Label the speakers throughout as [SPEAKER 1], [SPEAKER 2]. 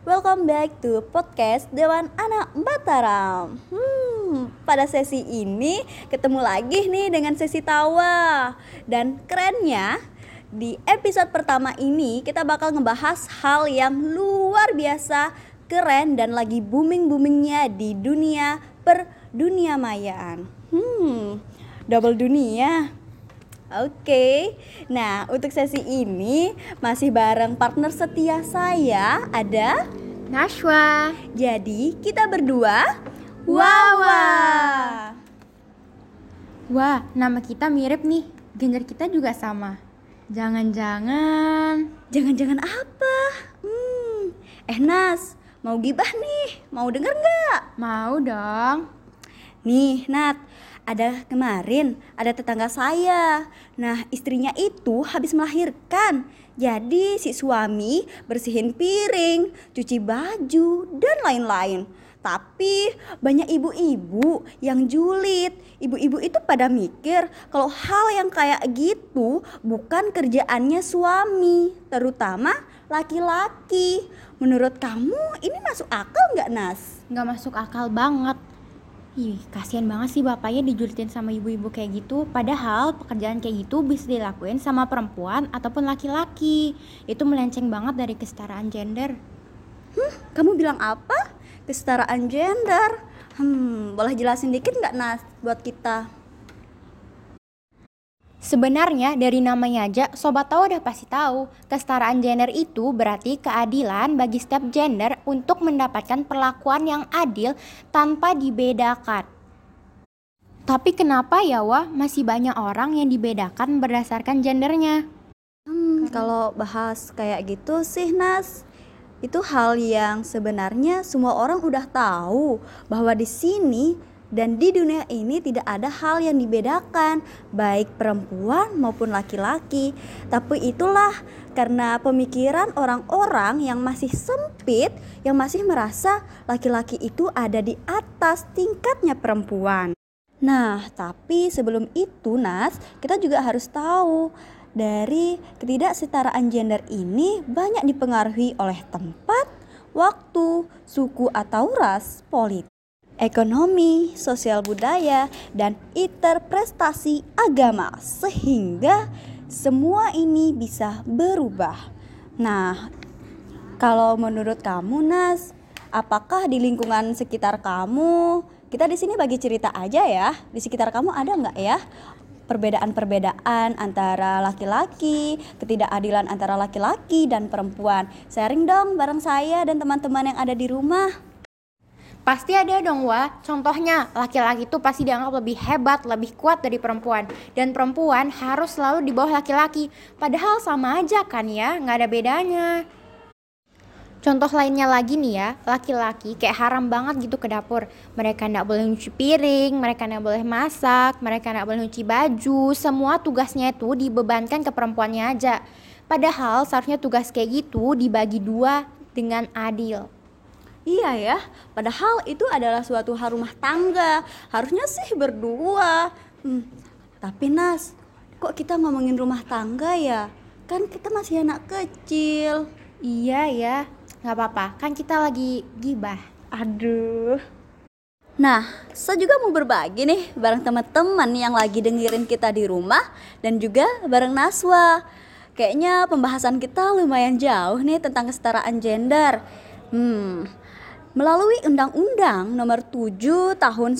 [SPEAKER 1] welcome back to podcast Dewan Anak Mataram. Pada sesi ini ketemu lagi nih dengan sesi tawa. Dan kerennya di episode pertama ini kita bakal ngebahas hal yang luar biasa keren dan lagi booming-boomingnya di dunia dunia mayaan. Double dunia. Oke, nah untuk sesi ini masih bareng partner setia saya ada
[SPEAKER 2] Nashwa.
[SPEAKER 1] Jadi kita berdua Wawa.
[SPEAKER 2] Wah, nama kita mirip nih. Gender kita juga sama. Jangan-jangan
[SPEAKER 1] apa? Nas, mau gibah nih? Mau denger nggak?
[SPEAKER 2] mau dong.
[SPEAKER 1] Nih Nat, kemarin ada tetangga saya. Nah istrinya itu habis melahirkan. Jadi si suami bersihin piring, cuci baju, dan lain-lain. Tapi banyak ibu-ibu yang julid. Ibu-ibu itu pada mikir kalau hal yang kayak gitu bukan kerjaannya suami, terutama laki-laki. Menurut kamu ini masuk akal nggak, Nas?
[SPEAKER 2] Nggak masuk akal banget. Ih, kasihan banget sih bapaknya dijulitin sama ibu-ibu kayak gitu. Padahal pekerjaan kayak gitu bisa dilakuin sama perempuan ataupun laki-laki. Itu melenceng banget dari kesetaraan gender.
[SPEAKER 1] Kamu bilang apa? Kesetaraan gender? Boleh jelasin dikit nggak, Nas, buat kita?
[SPEAKER 2] Sebenarnya dari namanya aja sobat tahu udah pasti tahu. Kesetaraan gender itu berarti keadilan bagi setiap gender untuk mendapatkan perlakuan yang adil tanpa dibedakan. Tapi kenapa ya masih banyak orang yang dibedakan berdasarkan gendernya?
[SPEAKER 1] Kalau bahas kayak gitu sih, Nas, itu hal yang sebenarnya semua orang udah tahu bahwa di sini dan di dunia ini tidak ada hal yang dibedakan, baik perempuan maupun laki-laki. Tapi itulah karena pemikiran orang-orang yang masih sempit, yang masih merasa laki-laki itu ada di atas tingkatnya perempuan. Nah, tapi sebelum itu, Nas, kita juga harus tahu dari ketidaksetaraan gender ini banyak dipengaruhi oleh tempat, waktu, suku atau ras, politik, ekonomi, sosial budaya, dan interpretasi agama, sehingga semua ini bisa berubah. Nah, kalau menurut kamu, Nas, apakah di lingkungan sekitar kamu, kita di sini bagi cerita aja ya, di sekitar kamu ada nggak ya perbedaan-perbedaan antara laki-laki, ketidakadilan antara laki-laki dan perempuan? Sharing dong bareng saya dan teman-teman yang ada di rumah.
[SPEAKER 2] Pasti ada dong contohnya laki-laki itu pasti dianggap lebih hebat, lebih kuat dari perempuan. Dan perempuan harus selalu di bawah laki-laki. Padahal sama aja kan ya, gak ada bedanya. Contoh lainnya lagi nih ya, laki-laki kayak haram banget gitu ke dapur. Mereka gak boleh nyuci piring, mereka gak boleh masak, mereka gak boleh nyuci baju. Semua tugasnya itu dibebankan ke perempuannya aja. Padahal seharusnya tugas kayak gitu dibagi dua dengan adil.
[SPEAKER 1] Iya ya, padahal itu adalah suatu hal rumah tangga, harusnya sih berdua. Tapi Nas, kok kita ngomongin rumah tangga ya? Kan kita masih anak kecil.
[SPEAKER 2] Iya ya, gak apa-apa, kan kita lagi gibah.
[SPEAKER 1] Aduh. Nah, saya juga mau berbagi nih bareng teman-teman yang lagi dengerin kita di rumah dan juga bareng Naswa. Kayaknya pembahasan kita lumayan jauh nih tentang kesetaraan gender. Melalui Undang-Undang Nomor 7 Tahun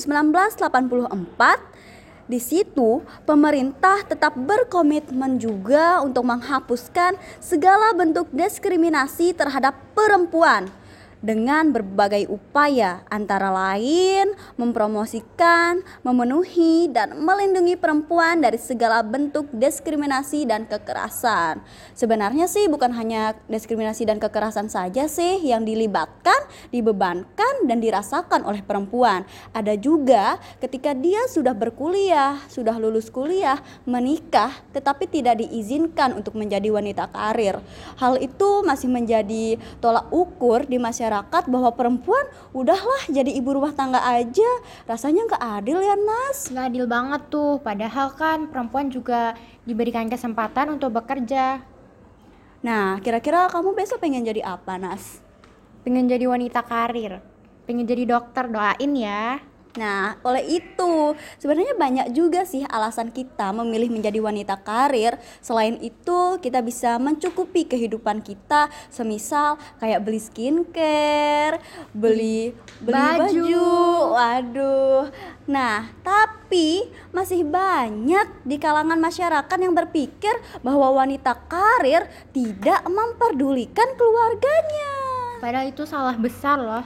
[SPEAKER 1] 1984, di situ pemerintah tetap berkomitmen juga untuk menghapuskan segala bentuk diskriminasi terhadap perempuan dengan berbagai upaya, antara lain mempromosikan, memenuhi, dan melindungi perempuan dari segala bentuk diskriminasi dan kekerasan. Sebenarnya sih bukan hanya diskriminasi dan kekerasan saja sih yang dilibatkan, dibebankan, dan dirasakan oleh perempuan. Ada juga ketika dia sudah berkuliah, sudah lulus kuliah, menikah, tetapi tidak diizinkan untuk menjadi wanita karir. Hal itu masih menjadi tolak ukur di masyarakat bahwa perempuan udahlah jadi ibu rumah tangga aja. Rasanya gak adil ya, Nas?
[SPEAKER 2] Gak adil banget tuh, padahal kan perempuan juga diberikan kesempatan untuk bekerja.
[SPEAKER 1] Nah, kira-kira kamu besok pengen jadi apa, Nas?
[SPEAKER 2] Pengen jadi wanita karir, pengen jadi dokter, doain ya.
[SPEAKER 1] Nah, oleh itu, sebenarnya banyak juga sih alasan kita memilih menjadi wanita karir. Selain itu, kita bisa mencukupi kehidupan kita, semisal kayak beli skincare, beli baju. Waduh. Nah, tapi masih banyak di kalangan masyarakat yang berpikir bahwa wanita karir tidak memperdulikan keluarganya.
[SPEAKER 2] Padahal itu salah besar loh.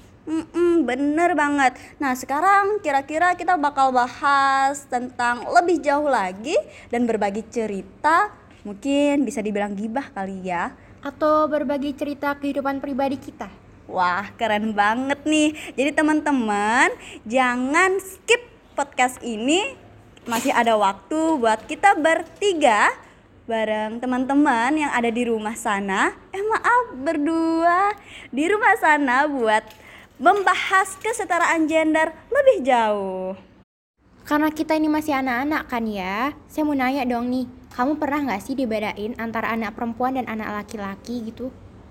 [SPEAKER 1] Bener banget. Nah, sekarang kira-kira kita bakal bahas tentang lebih jauh lagi dan berbagi cerita. Mungkin bisa dibilang gibah kali ya.
[SPEAKER 2] Atau berbagi cerita kehidupan pribadi kita.
[SPEAKER 1] Wah, keren banget nih. Jadi teman-teman, jangan skip podcast ini. Masih ada waktu buat kita bertiga bareng teman-teman yang ada di rumah sana. Berdua di rumah sana buat membahas kesetaraan gender lebih jauh.
[SPEAKER 2] Karena kita ini masih anak-anak kan ya, saya mau nanya dong nih, kamu pernah gak sih dibedain antara anak perempuan dan anak laki-laki gitu?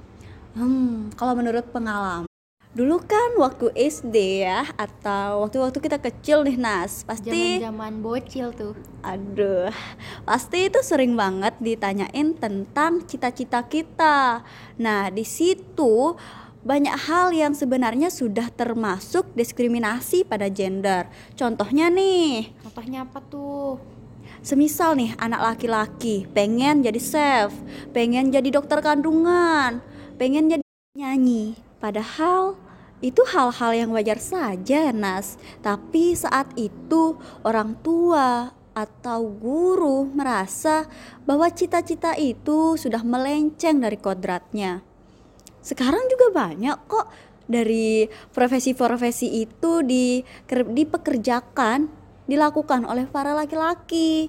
[SPEAKER 1] Kalau menurut pengalaman, dulu kan waktu SD ya, atau waktu kita kecil nih Nas, pasti
[SPEAKER 2] Zaman-zaman bocil tuh.
[SPEAKER 1] Aduh, pasti itu sering banget ditanyain tentang cita-cita kita. Nah, di situ banyak hal yang sebenarnya sudah termasuk diskriminasi pada gender. Contohnya nih,
[SPEAKER 2] Contohnya apa tuh?
[SPEAKER 1] semisal nih anak laki-laki pengen jadi chef, pengen jadi dokter kandungan, pengen jadi nyanyi. Padahal itu hal-hal yang wajar saja, Nas. Tapi saat itu orang tua atau guru merasa bahwa cita-cita itu sudah melenceng dari kodratnya. Sekarang juga banyak kok dari profesi-profesi itu dipekerjakan, dilakukan oleh para laki-laki.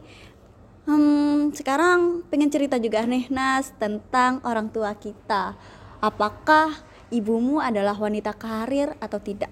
[SPEAKER 1] Sekarang pengen cerita juga nih Nas tentang orang tua kita. Apakah ibumu adalah wanita karir atau tidak?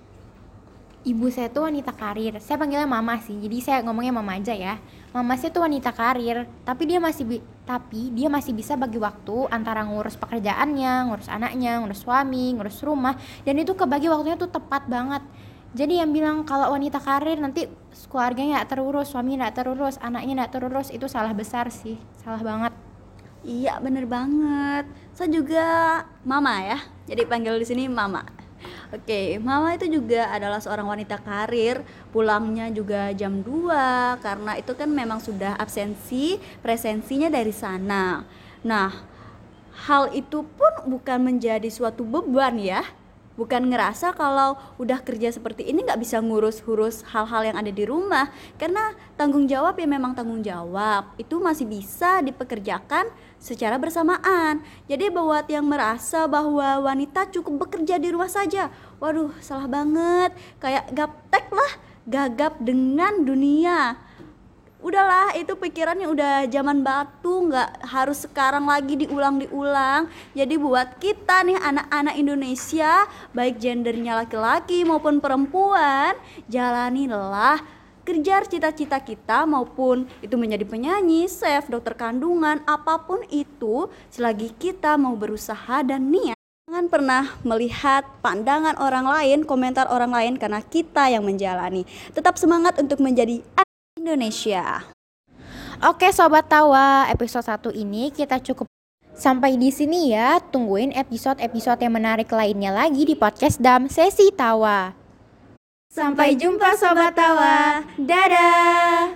[SPEAKER 2] Ibu saya tuh wanita karir. Saya panggilnya mama sih. Jadi saya ngomongnya mama aja ya. Mama saya tuh wanita karir, tapi dia masih bisa bagi waktu antara ngurus pekerjaannya, ngurus anaknya, ngurus suami, ngurus rumah, dan itu kebagi waktunya tuh tepat banget. Jadi yang bilang kalau wanita karir nanti keluarganya nggak terurus, suaminya nggak terurus, anaknya nggak terurus, itu salah besar sih, salah banget.
[SPEAKER 1] Iya, bener banget. Saya juga mama ya. Jadi panggil di sini mama. Oke, mama itu juga adalah seorang wanita karir, pulangnya juga jam 2 karena itu kan memang sudah absensi, presensinya dari sana. Nah, hal itu pun bukan menjadi suatu beban ya. Bukan ngerasa kalau udah kerja seperti ini gak bisa ngurus-ngurus hal-hal yang ada di rumah. Karena tanggung jawab ya memang tanggung jawab, itu masih bisa dipekerjakan secara bersamaan. Jadi buat yang merasa bahwa wanita cukup bekerja di rumah saja, waduh salah banget. Kayak gaptek lah, gagap dengan dunia. Udahlah, itu pikirannya udah zaman batu, nggak harus sekarang lagi diulang-diulang. Jadi buat kita nih anak-anak Indonesia, baik gendernya laki-laki maupun perempuan, jalanilah kejar cita-cita kita, maupun itu menjadi penyanyi, chef, dokter kandungan, apapun itu, selagi kita mau berusaha dan niat. Jangan pernah melihat pandangan orang lain, komentar orang lain, karena kita yang menjalani. Tetap semangat untuk menjadi Indonesia.
[SPEAKER 2] Oke Sobat Tawa, episode 1 ini kita cukup sampai di sini ya. Tungguin episode-episode yang menarik lainnya lagi di podcast Dam Sesi Tawa.
[SPEAKER 1] Sampai jumpa Sobat Tawa. Dadah.